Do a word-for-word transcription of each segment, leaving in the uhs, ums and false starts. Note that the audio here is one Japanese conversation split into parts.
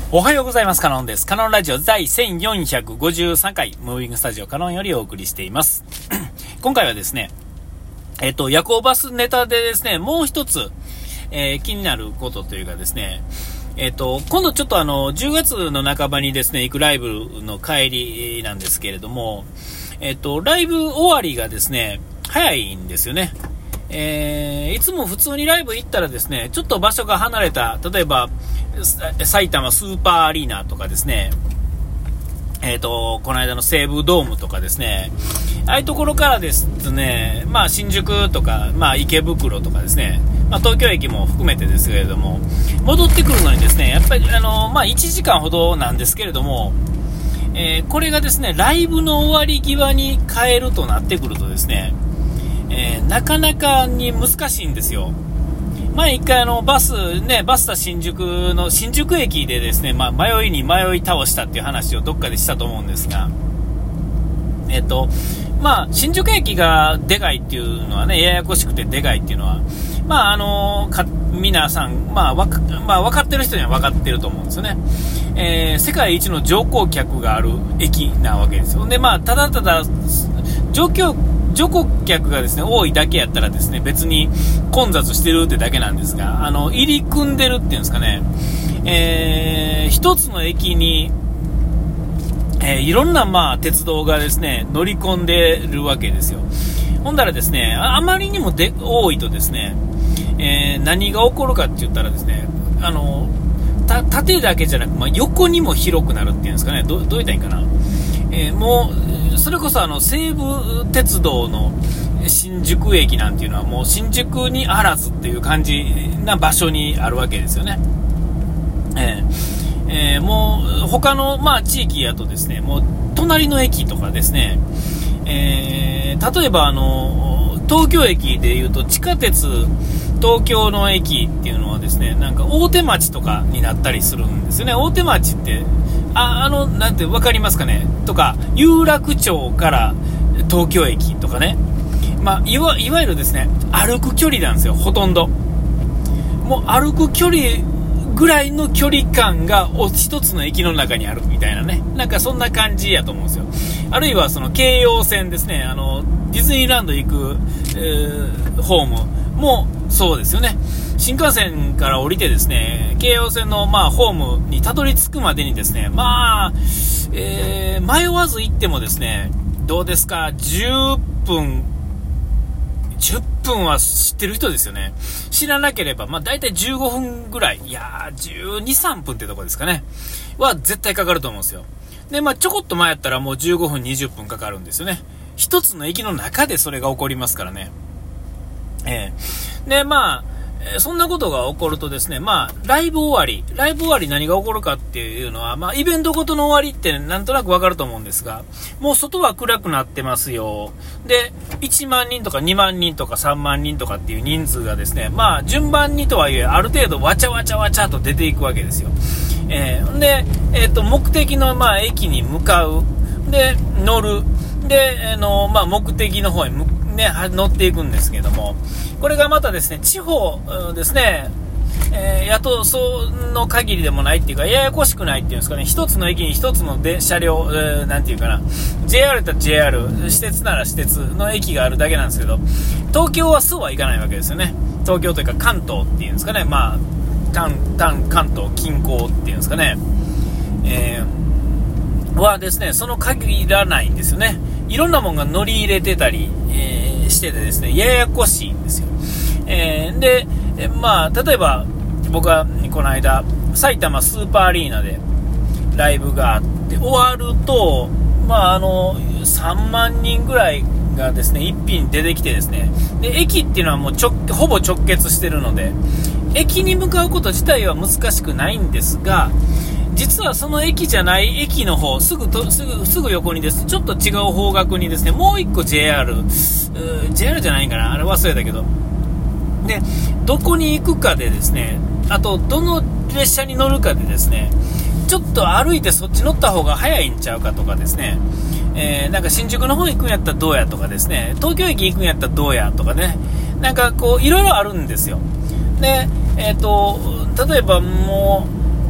おはようございます。カノンです。カノンラジオ第せんよんひゃくごじゅうさんかいムービングスタジオカノンよりお送りしています。今回はですね、えっと、夜行バスネタでですね、もう一つ、えー、気になることというかですね、えっと、今度ちょっとあの、じゅうがつの半ばにですね、行くライブの帰りなんですけれども、えっと、ライブ終わりがですね、早いんですよね。えー、いつも普通にライブ行ったらですね、ちょっと場所が離れた、例えば埼玉スーパーアリーナとかですね、えーと、この間の西武ドームとかですね、ああいうところからですね、まあ新宿とか、まあ池袋とかですね、まあ東京駅も含めてですけれども、戻ってくるのにですね、やっぱりあの、まあいちじかんほどなんですけれども、えー、これがですね、ライブの終わり際に帰るとなってくるとですね、えー、なかなかに難しいんですよ。前一回あのバスね、バスタ新宿の新宿駅でですね、まあ迷いに迷い倒したっていう話をどっかでしたと思うんですが、えっと、まあ新宿駅がでかいっていうのはね、ややこしくてでかいっていうのは、まああのか皆さん、まあわか、まあ分かってる人には分かってると思うんですよね。えー、世界一の乗降客がある駅なわけですよ。で、まあただただ乗客乗降客がですね多いだけやったらですね、別に混雑してるってだけなんですが、あの入り組んでるっていうんですかね、えー、一つの駅に、えー、いろんなまあ鉄道がですね乗り込んでるわけですよ。ほんだらですね、あ、あまりにもで多いとですね、えー、何が起こるかって言ったらですね、あのた縦だけじゃなく、まあ、横にも広くなるっていうんですかね、ど, どう言ったらいいかな、えー、もうそれこそあの西武鉄道の新宿駅なんていうのはもう新宿にあらずっていう感じな場所にあるわけですよね。えーえー、もう他のまあ地域やとですね、もう隣の駅とかですね、えー、例えばあの東京駅でいうと地下鉄東京の駅っていうのはですね、なんか大手町とかになったりするんですよね。大手町ってあ、あのなんて分かりますかねとか、有楽町から東京駅とかね、まあ、いわ、いわゆるですね歩く距離なんですよ。ほとんどもう歩く距離ぐらいの距離感が一つの駅の中にあるみたいなね、なんかそんな感じやと思うんですよ。あるいはその京葉線ですね、あのディズニーランド行く、えー、ホームもそうですよね。新幹線から降りてですね、京葉線のまあホームにたどり着くまでにですね、まあ、えー、迷わず行ってもですね、どうですか、じゅっぷんじゅっぷんは知ってる人ですよね。知らなければまあだいたいじゅうごふんぐらい、いやーじゅうに、さんぷんってとこですかねは絶対かかると思うんですよ。で、まあちょこっと前やったらもうじゅうごふん、にじゅっぷんかかるんですよね。一つの駅の中でそれが起こりますからね。えー、でまあそんなことが起こるとですね、まあライブ終わりライブ終わり何が起こるかっていうのは、まあイベントごとの終わりってなんとなくわかると思うんですが、もう外は暗くなってますよ。でいちまんにんとかにまんにんとかさんまんにんとかっていう人数がですね、まあ順番にとはいえある程度わちゃわちゃわちゃと出ていくわけですよ。えー、で、えー、と目的のまあ駅に向かう、で乗る、であの、まあ、目的の方へね、乗っていくんですけども、これがまたですね地方ですね、えー、やとその限りでもないっていうか、ややこしくないっていうんですかね、一つの駅に一つので車両、えー、なんていうかな、 ジェイアール だったら ジェイアール、私鉄なら私鉄の駅があるだけなんですけど、東京はそうはいかないわけですよね。東京というか関東っていうんですかね、まあ関関東近郊っていうんですかね、えー、はですね、その限らないんですよね。いろんなものが乗り入れてたり、えー、しててですね、ややこしいんですよ。えー、で、えまあ例えば僕はこの間埼玉スーパーアリーナでライブがあって終わると、まああのさんまんにんぐらいがですね一品に出てきてですね、で駅っていうのはもう直ほぼ直結してるので、駅に向かうこと自体は難しくないんですが、実はその駅じゃない駅の方すぐとすぐすぐ横にですちょっと違う方角にですね、もう一個 ジェイアール、 ジェイアール じゃないかな、あれ忘れたけど、でどこに行くかでですね、あとどの列車に乗るかでですね、ちょっと歩いてそっち乗った方が早いんちゃうかとかですね、えー、なんか新宿の方行くんやったらどうやとかですね、東京駅行くんやったらどうやとかね、なんかこういろいろあるんですよ。で、えーと、例えばもう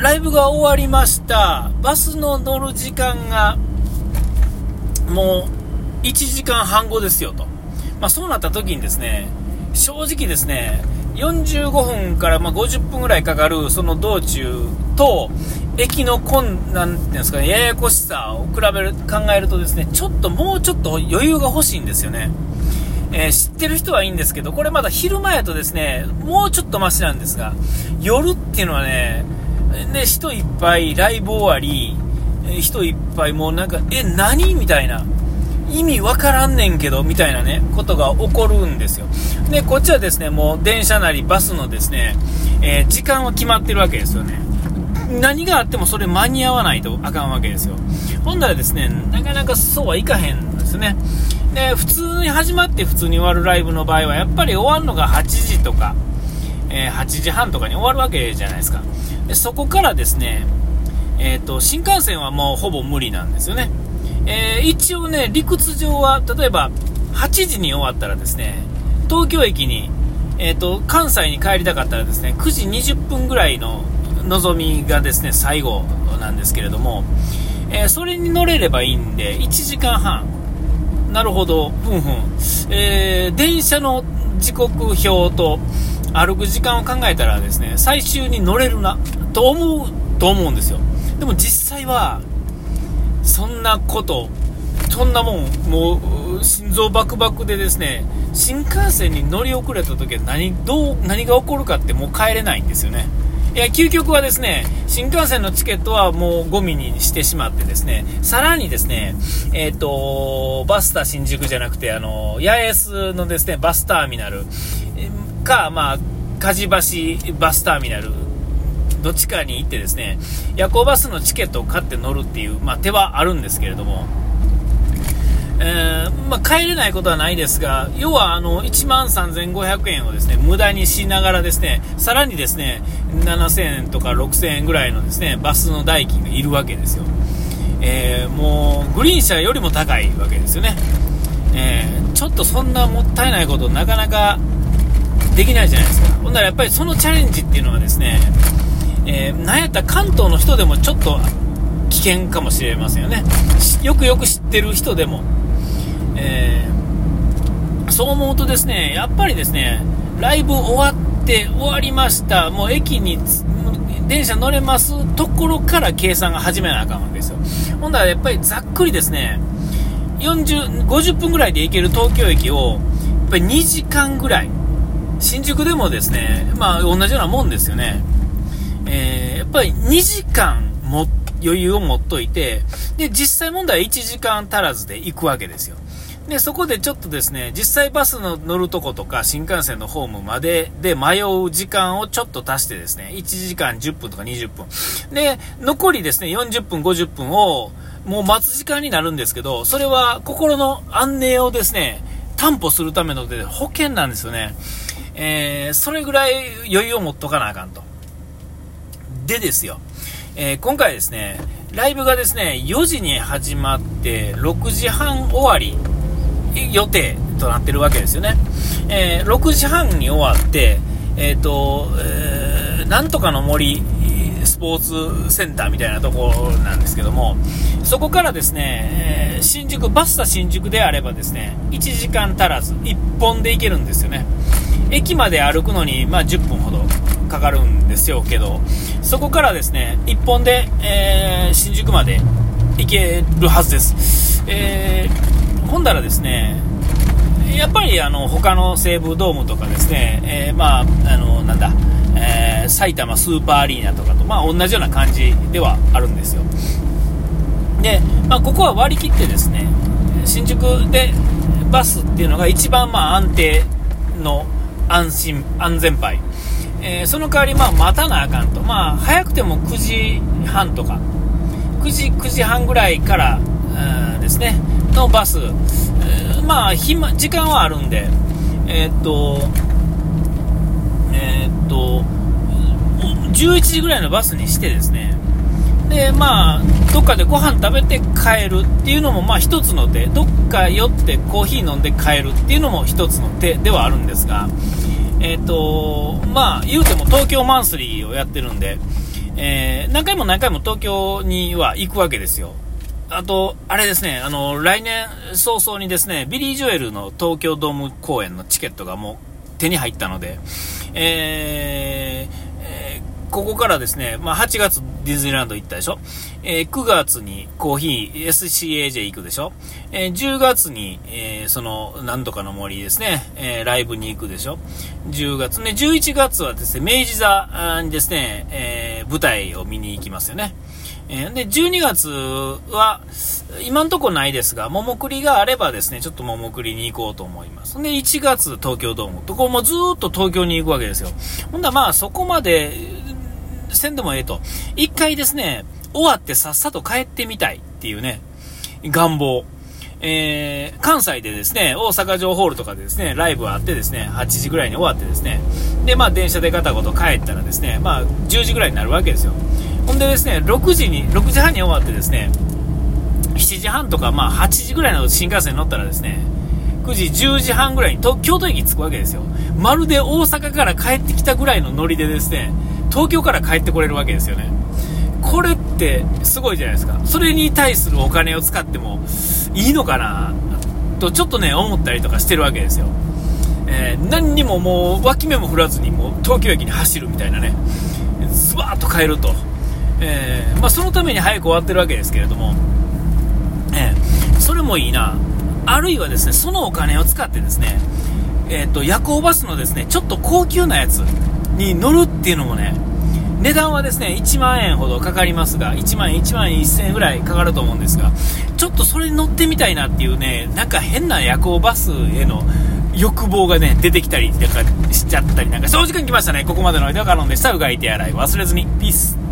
ライブが終わりました。バスの乗る時間がもういちじかんはんごですよと。まあ、そうなった時にですね、正直ですね、よんじゅうごふんからまあごじゅっぷんぐらいかかるその道中と駅の困難っていうんですかね、ややこしさを比べる考えるとですね、ちょっともうちょっと余裕が欲しいんですよね。えー、知ってる人はいいんですけど、これまだ昼前とですね、もうちょっとマシなんですが、夜っていうのはね、で人いっぱいライブ終わり、人いっぱいもうなんかえ何みたいな、意味わからんねんけどみたいなねことが起こるんですよ。でこっちはですね、もう電車なりバスのですね、えー、時間は決まってるわけですよね。何があってもそれ間に合わないとあかんわけですよ。ほんならですね、なかなかそうはいかへんんですね。で普通に始まって普通に終わるライブの場合はやっぱり終わるのがはちじとか、えー、はちじはんとかに終わるわけじゃないですか。でそこからですね、えーと、新幹線はもうほぼ無理なんですよね。えー、一応ね、理屈上は例えばはちじに終わったらですね、東京駅に、えーと、関西に帰りたかったらですね、くじにじゅっぷんぐらいののぞみがですね最後なんですけれども、えー、それに乗れればいいんでいちじかんはん。なるほど、ふんふん、えー、電車の時刻表と歩く時間を考えたらですね、最終に乗れるなと思うと思うんですよ。でも実際はそんなことそんなもんもう心臓バクバクでですね、新幹線に乗り遅れた時は何どう何が起こるかってもう帰れないんですよね。いや究極はですね、新幹線のチケットはもうゴミにしてしまってですね、さらにですね、えっとバスタ新宿じゃなくてあの八重洲のですねバスターミナルか、まあ梶橋バスターミナルどっちかに行ってですね、夜行バスのチケットを買って乗るっていう、まあ、手はあるんですけれども、えーまあ、帰れないことはないですが、要はあのいちまんさんぜんごひゃくえんをですね無駄にしながらですね、さらにですねななせんえんとかろくせんえんぐらいのですねバスの代金がいるわけですよ。えー、もうグリーン車よりも高いわけですよね。えー、ちょっとそんなもったいないことなかなかできないじゃないですか。ほんならやっぱりそのチャレンジっていうのはですね、えー、なんやったら関東の人でもちょっと危険かもしれませんよね。よくよく知ってる人でも、えー、そう思うとですね、やっぱりですね、ライブ終わって終わりました、もう駅に電車乗れますところから計算が始めなあかんわけですよ。ほんだらやっぱりざっくりですね、よんじゅう、ごじゅっぷんぐらいで行ける東京駅をやっぱりにじかんぐらい、新宿でもですね、まあ同じようなもんですよね。えー、やっぱりにじかんも余裕を持っといて、で実際問題はいちじかん足らずで行くわけですよ。でそこでちょっとですね、実際バスの乗るとことか新幹線のホームまでで迷う時間をちょっと足してですね、いちじかんじゅっぷんとかにじゅっぷんで残りですねよんじゅっぷんごじゅっぷんをもう待つ時間になるんですけど、それは心の安寧をですね担保するためので保険なんですよね。えー、それぐらい余裕を持っとかなあかんと。でですよ、えー、今回ですねライブがですねよじに始まってろくじはん終わり予定となってるわけですよね。えー、ろくじはんに終わってえっ、ー、と、えー、なんとかの森スポーツセンターみたいなところなんですけども、そこからですね、えー、新宿バスタ新宿であればですねいちじかん足らずいっぽんで行けるんですよね。駅まで歩くのに、まあ、じゅっぷんほどかかるんですよけど、そこからですねいっぽんで、えー、新宿まで行けるはずです。えー、ほんだらですねやっぱりあの他の西武ドームとかですね、えー、まああのなんだ、えー、埼玉スーパーアリーナとかと、まあ、同じような感じではあるんですよ。で、まあ、ここは割り切ってですね新宿でバスっていうのが一番まあ安定の安心安全牌、えー、その代わりまあ待たなあかんと、まあ早くてもくじはんとかくじくじはんぐらいからですねのバス、えー、まあ暇時間はあるんで、えー、っとえー、っとじゅういちじぐらいのバスにしてですね、でまあどっかでご飯食べて帰るっていうのもまあ一つの手、どっか寄ってコーヒー飲んで帰るっていうのも一つの手ではあるんですが、えーとまあ言うても東京マンスリーをやってるんで、えー、 何回も何回も東京には行くわけですよ。あと、あれですね、あの、来年早々にですね、ビリー・ジョエルの東京ドーム公演のチケットがもう手に入ったので、えーえー、ここからですね、まあ、はちがつディズニーランド行ったでしょ、えー、くがつにコーヒー エスシーエージェー 行くでしょ、えー、じゅうがつに、えー、そのなんとかの森ですね、えー、ライブに行くでしょ、じゅうがつね、じゅういちがつはですね、明治座にですね、えー、舞台を見に行きますよね。えー、で、じゅうにがつは、今んとこないですが、桃栗があればですね、ちょっと桃栗に行こうと思います。で、いちがつ東京ドーム。とこもずーっと東京に行くわけですよ。ほんだらまあ、そこまで、せんでもええと。一回ですね、終わってさっさと帰ってみたいっていうね、願望。えー、関西でですね、大阪城ホールとかでですね、ライブあってですね、はちじぐらいに終わってですね、で、まあ、電車でガタゴト帰ったらですね、まあ、じゅうじぐらいになるわけですよ。ほんでですね、ろくじに、ろくじはんに終わってですね、しちじはんとか、まあ、はちじぐらいの新幹線に乗ったらですね、くじ、じゅうじはんぐらいに東京都駅着くわけですよ。まるで大阪から帰ってきたぐらいのノリでですね、東京から帰ってこれるわけですよね。これってすごいじゃないですか。それに対するお金を使ってもいいのかなとちょっとね思ったりとかしてるわけですよ。えー、何にももう脇目も振らずにもう東京駅に走るみたいなね、ズバーッと帰ると、えーまあ、そのために早く終わってるわけですけれども、えー、それもいいな。あるいはですね、そのお金を使ってですね、えーと、夜行バスのですねちょっと高級なやつに乗るっていうのもね、値段はですねいちまんえんほどかかりますが、いちまんえん、いちまんせんえんぐらいかかると思うんですが、ちょっとそれに乗ってみたいなっていうね、なんか変な夜行バスへの欲望がね出てきたりとかしちゃったりなんか。そう、時間来ましたね。ここまでの間はカノンでした。うがい手洗い忘れずに。ピース。